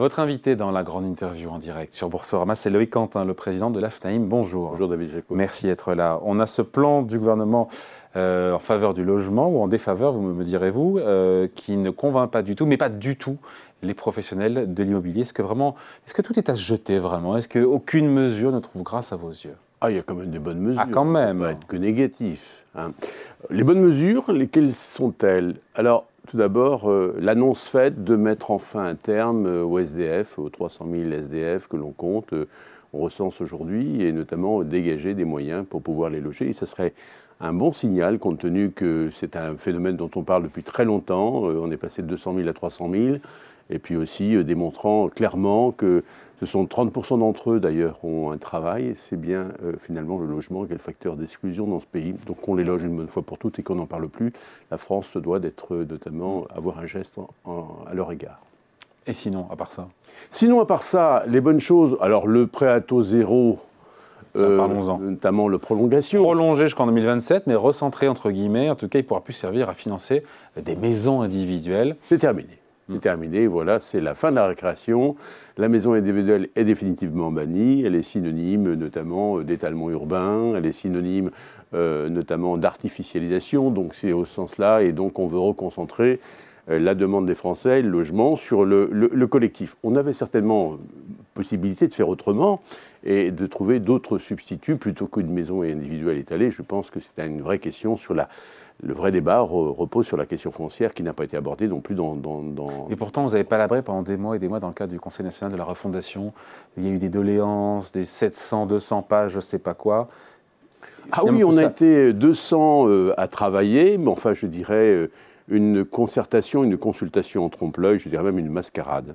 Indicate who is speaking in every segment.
Speaker 1: Votre invité dans la grande interview en direct sur Boursorama, c'est Loïc Quentin, le président de l'AFNAIM. Bonjour.
Speaker 2: Bonjour David Géco.
Speaker 1: Merci d'être là. On a ce plan du gouvernement en faveur du logement, ou en défaveur, vous me direz-vous, qui ne convainc pas du tout, mais pas du tout, les professionnels de l'immobilier. Est-ce que tout est à jeter vraiment? Est-ce qu'aucune mesure ne trouve grâce à vos yeux?
Speaker 2: Il y a quand même des bonnes mesures.
Speaker 1: Ah, quand même.
Speaker 2: On ne peut pas être que négatif. Les bonnes mesures, lesquelles sont-elles? Alors, tout d'abord, l'annonce faite de mettre enfin un terme au SDF, aux 300 000 SDF que l'on compte, on recense aujourd'hui, et notamment dégager des moyens pour pouvoir les loger. Et ce serait un bon signal, compte tenu que c'est un phénomène dont on parle depuis très longtemps. On est passé de 200 000 à 300 000, et puis aussi démontrant clairement que ce sont 30% d'entre eux, d'ailleurs, ont un travail. C'est bien, finalement, le logement qui est le facteur d'exclusion dans ce pays. Donc, qu'on les loge une bonne fois pour toutes et qu'on n'en parle plus. La France se doit d'être, notamment, avoir un geste à leur égard.
Speaker 1: Et sinon, à part ça?
Speaker 2: Sinon, à part ça, les bonnes choses. Alors, le prêt à taux zéro,
Speaker 1: parlons-en.
Speaker 2: Notamment la prolongation.
Speaker 1: Prolongé jusqu'en 2027, mais recentré, entre guillemets. En tout cas, il ne pourra plus servir à financer des maisons individuelles.
Speaker 2: C'est terminé. C'est terminé, voilà, c'est la fin de la récréation. La maison individuelle est définitivement bannie. Elle est synonyme notamment d'étalement urbain, elle est synonyme notamment d'artificialisation, donc c'est au sens-là, et donc on veut reconcentrer la demande des Français, le logement, sur le collectif. On avait certainement possibilité de faire autrement et de trouver d'autres substituts plutôt qu'une maison individuelle étalée. Je pense que c'est une vraie question sur le vrai débat repose sur la question foncière qui n'a pas été abordée non plus dans...
Speaker 1: Et pourtant, vous avez palabré pendant des mois et des mois dans le cadre du Conseil national de la refondation. Il y a eu des doléances, des 700, 200 pages, je ne sais pas quoi.
Speaker 2: Ah oui, on a été 200 à travailler, mais enfin, je dirais une concertation, une consultation en trompe-l'œil, je dirais même une mascarade.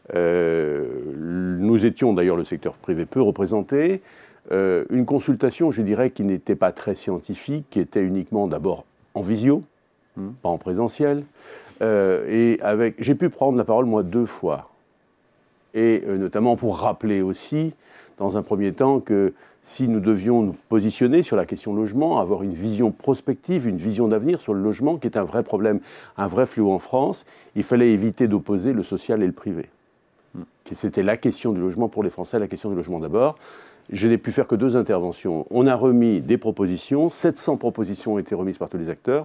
Speaker 2: Nous étions d'ailleurs le secteur privé peu représenté. Une consultation, je dirais, qui n'était pas très scientifique, qui était uniquement d'abord en visio, pas en présentiel. J'ai pu prendre la parole, moi, 2 fois. Et notamment pour rappeler aussi, dans un premier temps, que si nous devions nous positionner sur la question logement, avoir une vision prospective, une vision d'avenir sur le logement, qui est un vrai problème, un vrai fléau en France, il fallait éviter d'opposer le social et le privé. C'était la question du logement pour les Français, la question du logement d'abord. Je n'ai pu faire que 2 interventions. On a remis des propositions, 700 propositions ont été remises par tous les acteurs,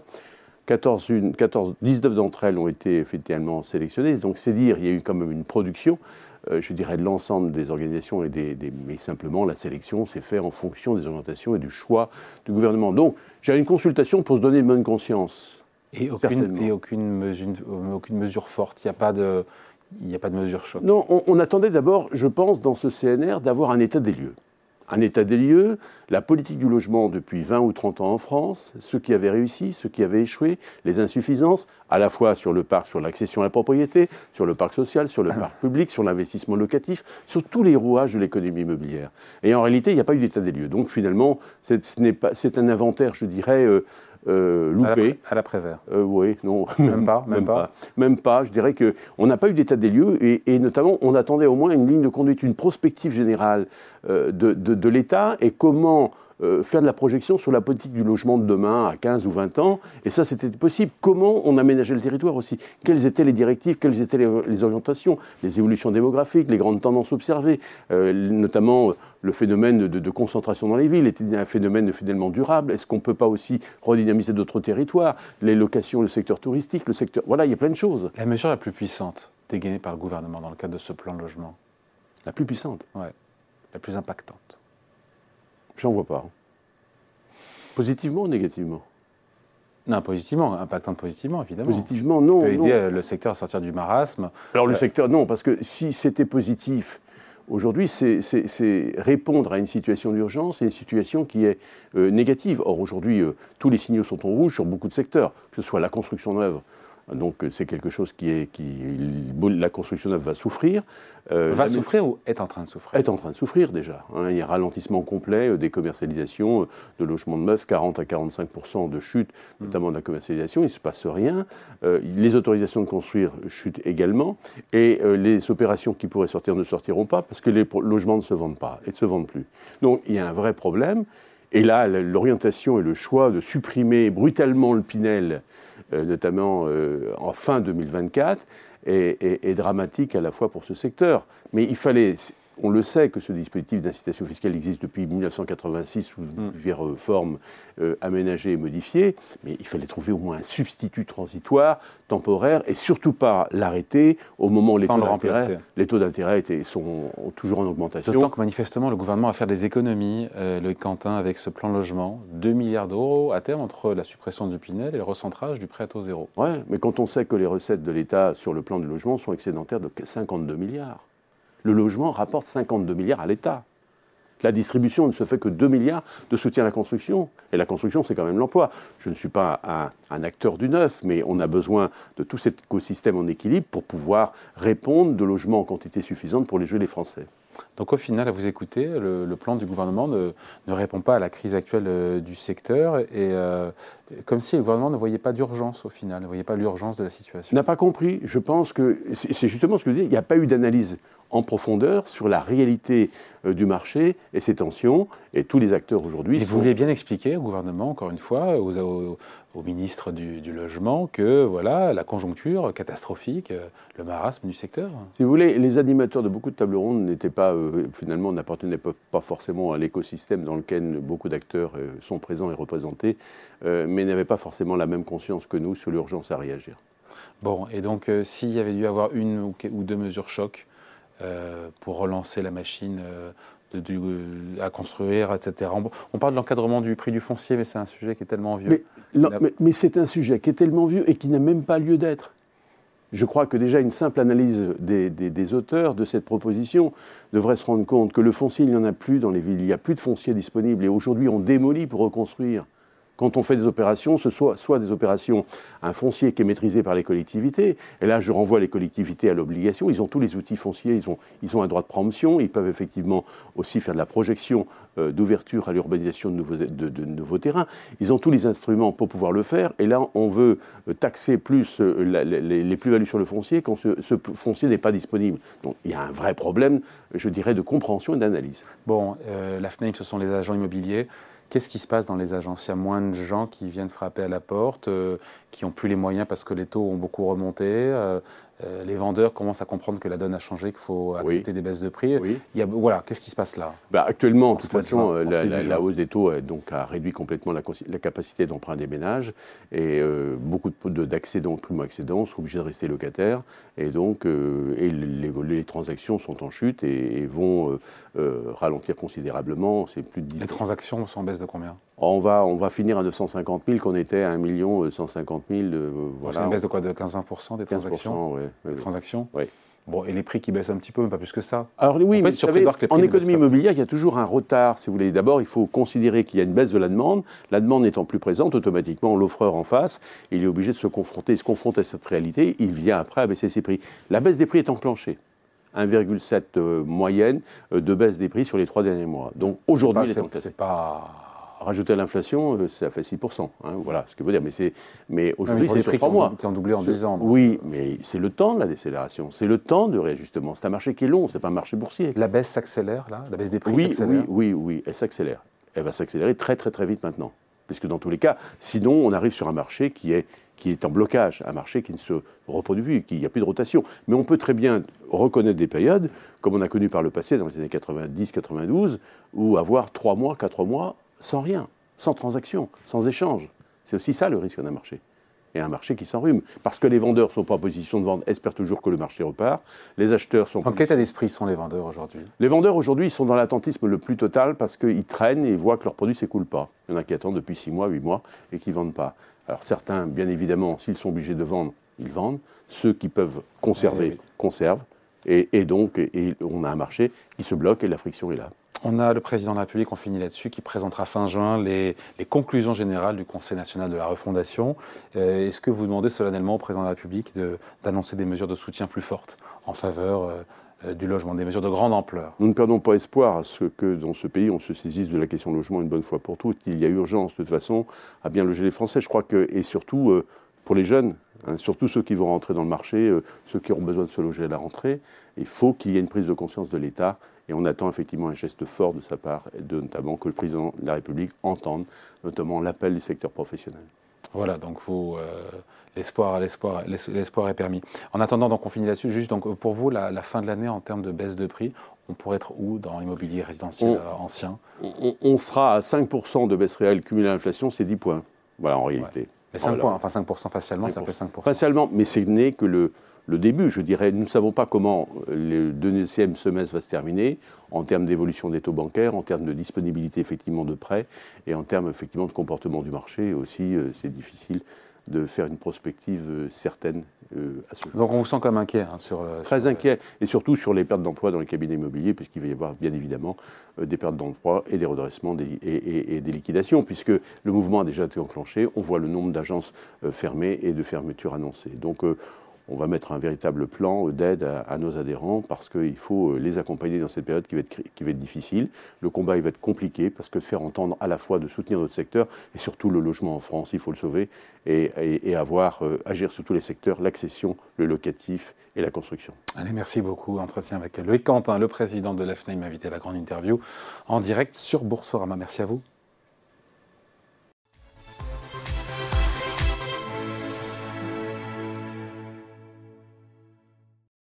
Speaker 2: 19 d'entre elles ont été effectivement sélectionnées, donc c'est dire, il y a eu quand même une production, je dirais, de l'ensemble des organisations, mais simplement la sélection s'est faite en fonction des orientations et du choix du gouvernement. Donc j'ai une consultation pour se donner une bonne conscience.
Speaker 1: Et aucune mesure forte, il n'y a pas de mesure choc.
Speaker 2: Non, on attendait d'abord, je pense, dans ce CNR, d'avoir un état des lieux. Un état des lieux, la politique du logement depuis 20 ou 30 ans en France, ce qui avait réussi, ce qui avait échoué, les insuffisances, à la fois sur le parc, sur l'accession à la propriété, sur le parc social, sur le parc public, sur l'investissement locatif, sur tous les rouages de l'économie immobilière. Et en réalité, il n'y a pas eu d'état des lieux. Donc finalement, c'est un inventaire, je dirais, loupé.
Speaker 1: À la Prévert.
Speaker 2: Oui, non.
Speaker 1: Même pas.
Speaker 2: Je dirais qu'on n'a pas eu d'état des lieux et notamment, on attendait au moins une ligne de conduite, une prospective générale de l'État et comment faire de la projection sur la politique du logement de demain à 15 ou 20 ans. Et ça, c'était possible. Comment on aménageait le territoire aussi? Quelles étaient les directives? Quelles étaient les orientations? Les évolutions démographiques, les grandes tendances observées, notamment le phénomène de concentration dans les villes était un phénomène finalement durable. Est-ce qu'on ne peut pas aussi redynamiser d'autres territoires? Les locations, le secteur touristique, le secteur... Voilà, il y a plein de choses.
Speaker 1: La mesure la plus puissante dégainée par le gouvernement dans le cadre de ce plan de logement?
Speaker 2: La plus puissante?
Speaker 1: Ouais. La plus impactante?
Speaker 2: J'en vois pas. Positivement ou négativement?
Speaker 1: Non, positivement, impactante positivement, évidemment.
Speaker 2: Positivement, non.
Speaker 1: Ça peut aider le secteur à sortir du marasme.
Speaker 2: Alors le secteur, non, parce que si c'était positif, aujourd'hui, c'est répondre à une situation d'urgence et une situation qui est négative. Or, aujourd'hui, tous les signaux sont en rouge sur beaucoup de secteurs, que ce soit la construction neuve. Donc c'est quelque chose la construction neuve va souffrir.
Speaker 1: Souffrir ou est en train de souffrir?
Speaker 2: Est en train de souffrir déjà. Il y a un ralentissement complet des commercialisations de logements de neufs, 40 à 45% de chute, notamment de la commercialisation. Il ne se passe rien. Les autorisations de construire chutent également. Et les opérations qui pourraient sortir ne sortiront pas parce que les logements ne se vendent pas et ne se vendent plus. Donc il y a un vrai problème. Et là, l'orientation et le choix de supprimer brutalement le Pinel notamment en fin 2024, est dramatique à la fois pour ce secteur. Mais il fallait... On le sait que ce dispositif d'incitation fiscale existe depuis 1986 sous diverses formes aménagées et modifiées, mais il fallait trouver au moins un substitut transitoire, temporaire, et surtout pas l'arrêter au moment où les taux d'intérêt sont toujours en augmentation.
Speaker 1: D'autant que manifestement le gouvernement va faire des économies, Loïc Quentin, avec ce plan logement, 2 milliards d'euros à terme entre la suppression du Pinel et le recentrage du prêt à taux zéro.
Speaker 2: Oui, mais quand on sait que les recettes de l'État sur le plan du logement sont excédentaires de 52 milliards. Le logement rapporte 52 milliards à l'État. La distribution ne se fait que 2 milliards de soutien à la construction. Et la construction, c'est quand même l'emploi. Je ne suis pas un acteur du neuf, mais on a besoin de tout cet écosystème en équilibre pour pouvoir répondre de logements en quantité suffisante pour les Français.
Speaker 1: Donc au final, à vous écouter, le plan du gouvernement ne répond pas à la crise actuelle du secteur, et comme si le gouvernement ne voyait pas d'urgence au final, ne voyait pas l'urgence de la situation.
Speaker 2: N'a pas compris. Je pense que c'est justement ce que je dis. Il n'y a pas eu d'analyse en profondeur sur la réalité du marché et ses tensions, et tous les acteurs aujourd'hui...
Speaker 1: Vous voulez bien expliquer au gouvernement, encore une fois, au ministre du Logement, que voilà, la conjoncture catastrophique, le marasme du secteur.
Speaker 2: Si vous voulez, les animateurs de beaucoup de tables rondes n'étaient pas, finalement, n'appartenaient pas forcément à l'écosystème dans lequel beaucoup d'acteurs sont présents et représentés, mais n'avaient pas forcément la même conscience que nous sur l'urgence à réagir.
Speaker 1: Bon, et donc s'il y avait dû avoir une ou deux mesures chocs pour relancer la machine à construire, etc. On parle de l'encadrement du prix du foncier, mais c'est un sujet qui est tellement vieux.
Speaker 2: Mais c'est un sujet qui est tellement vieux et qui n'a même pas lieu d'être. Je crois que déjà une simple analyse des auteurs de cette proposition devrait se rendre compte que le foncier, il n'y en a plus dans les villes. Il n'y a plus de foncier disponible. Et aujourd'hui, on démolit pour reconstruire. Quand on fait des opérations, ce soit des opérations, un foncier qui est maîtrisé par les collectivités, et là je renvoie les collectivités à l'obligation, ils ont tous les outils fonciers, ils ont un droit de préemption, ils peuvent effectivement aussi faire de la projection d'ouverture à l'urbanisation de nouveaux terrains, ils ont tous les instruments pour pouvoir le faire, et là on veut taxer plus les plus-values sur le foncier quand ce foncier n'est pas disponible. Donc il y a un vrai problème, je dirais, de compréhension et d'analyse.
Speaker 1: Bon, la FNAIM, ce sont les agents immobiliers. Qu'est-ce qui se passe dans les agences ? Il y a moins de gens qui viennent frapper à la porte, qui n'ont plus les moyens parce que les taux ont beaucoup remonté. Les vendeurs commencent à comprendre que la donne a changé, qu'il faut accepter des baisses de prix.
Speaker 2: Oui.
Speaker 1: Voilà, qu'est-ce qui se passe là ?
Speaker 2: Actuellement, de toute façon, la hausse des taux a réduit complètement la capacité d'emprunt des ménages, et beaucoup d'accédants, primo-accédants sont obligés de rester locataires, et donc les transactions sont en chute et vont ralentir considérablement. C'est plus de 10%.
Speaker 1: Les transactions sont en baisse de combien ?
Speaker 2: On va finir à 950 000, qu'on était à 1 150 000.
Speaker 1: Voilà. C'est une baisse de quoi ? De 15-20% des transactions ?
Speaker 2: 15%, oui.
Speaker 1: Transactions ?
Speaker 2: Oui.
Speaker 1: Bon, et les prix qui baissent un petit peu, mais pas plus que ça.
Speaker 2: Alors oui, mais vous savez, en économie immobilière, il y a toujours un retard, si vous voulez. D'abord, il faut considérer qu'il y a une baisse de la demande. La demande n'étant plus présente, automatiquement, l'offreur en face, il est obligé de se confronte à cette réalité. Il vient après à baisser ses prix. La baisse des prix est enclenchée. 1,7 moyenne de baisse des prix sur les 3 derniers mois. Donc aujourd'hui,
Speaker 1: c'est pas...
Speaker 2: Rajouter à l'inflation, ça fait 6%. Voilà ce que je veux dire. Mais aujourd'hui, c'est sur 3 mois.
Speaker 1: Qui ont doublé en 10 ans.
Speaker 2: Oui, mais c'est le temps de la décélération. C'est le temps de réajustement. C'est un marché qui est long, c'est pas un marché boursier.
Speaker 1: La baisse s'accélère, là ? La baisse des prix s'accélère ?
Speaker 2: Oui, elle s'accélère. Elle va s'accélérer très, très, très vite maintenant. Puisque dans tous les cas, sinon, on arrive sur un marché qui est en blocage, un marché qui ne se reproduit plus, qui n'y a plus de rotation. Mais on peut très bien reconnaître des périodes, comme on a connu par le passé dans les années 90-92, où avoir 3 mois, 4 mois, sans rien, sans transaction, sans échange. C'est aussi ça le risque d'un marché. Et un marché qui s'enrhume. Parce que les vendeurs ne sont pas en position de vendre, espèrent toujours que le marché repart. Les acheteurs sont...
Speaker 1: En quel état d'esprit sont les vendeurs aujourd'hui ?
Speaker 2: Les vendeurs aujourd'hui, ils sont dans l'attentisme le plus total parce qu'ils traînent et ils voient que leurs produits ne s'écoulent pas. Il y en a qui attendent depuis 6 mois, 8 mois et qui ne vendent pas. Alors certains, bien évidemment, s'ils sont obligés de vendre, ils vendent. Ceux qui peuvent conserver, conservent. Et donc, on a un marché qui se bloque et la friction est là.
Speaker 1: On a le président de la République, on finit là-dessus, qui présentera fin juin les conclusions générales du Conseil national de la refondation. Est-ce que vous demandez solennellement au président de la République d'annoncer des mesures de soutien plus fortes en faveur du logement, des mesures de grande ampleur ?
Speaker 2: Nous ne perdons pas espoir à ce que dans ce pays, on se saisisse de la question logement une bonne fois pour toutes. Il y a urgence, de toute façon, à bien loger les Français. Je crois que, et surtout pour les jeunes, surtout ceux qui vont rentrer dans le marché, ceux qui auront besoin de se loger à la rentrée, il faut qu'il y ait une prise de conscience de l'État Et on attend effectivement un geste fort de sa part, notamment que le président de la République entende notamment l'appel du secteur professionnel.
Speaker 1: Voilà, donc l'espoir est permis. En attendant, donc on finit là-dessus, juste donc, pour vous, la fin de l'année en termes de baisse de prix, on pourrait être où dans l'immobilier résidentiel ancien?
Speaker 2: On sera à 5% de baisse réelle cumulée à l'inflation, c'est 10 points, voilà, en réalité.
Speaker 1: Ouais. Mais 5 points, enfin 5% facialement, 5%. Ça fait 5%.
Speaker 2: Facialement, mais ce n'est que le début, je dirais. Nous ne savons pas comment le deuxième semestre va se terminer en termes d'évolution des taux bancaires, en termes de disponibilité effectivement de prêts et en termes effectivement de comportement du marché. Aussi, c'est difficile de faire une prospective certaine à ce jour.
Speaker 1: Donc on vous sent comme inquiet
Speaker 2: Très inquiet, et surtout sur les pertes d'emploi dans les cabinets immobiliers, puisqu'il va y avoir bien évidemment des pertes d'emploi et des redressements et des liquidations, puisque le mouvement a déjà été enclenché. On voit le nombre d'agences fermées et de fermetures annoncées. Donc on va mettre un véritable plan d'aide à nos adhérents parce qu'il faut les accompagner dans cette période qui va être difficile. Le combat il va être compliqué parce que faire entendre à la fois de soutenir notre secteur et surtout le logement en France, il faut le sauver et agir sur tous les secteurs, l'accession, le locatif et la construction.
Speaker 1: Allez, merci beaucoup. Entretien avec Loïc Quentin, le président de l'AFNAIM, invité à la grande interview en direct sur Boursorama. Merci à vous.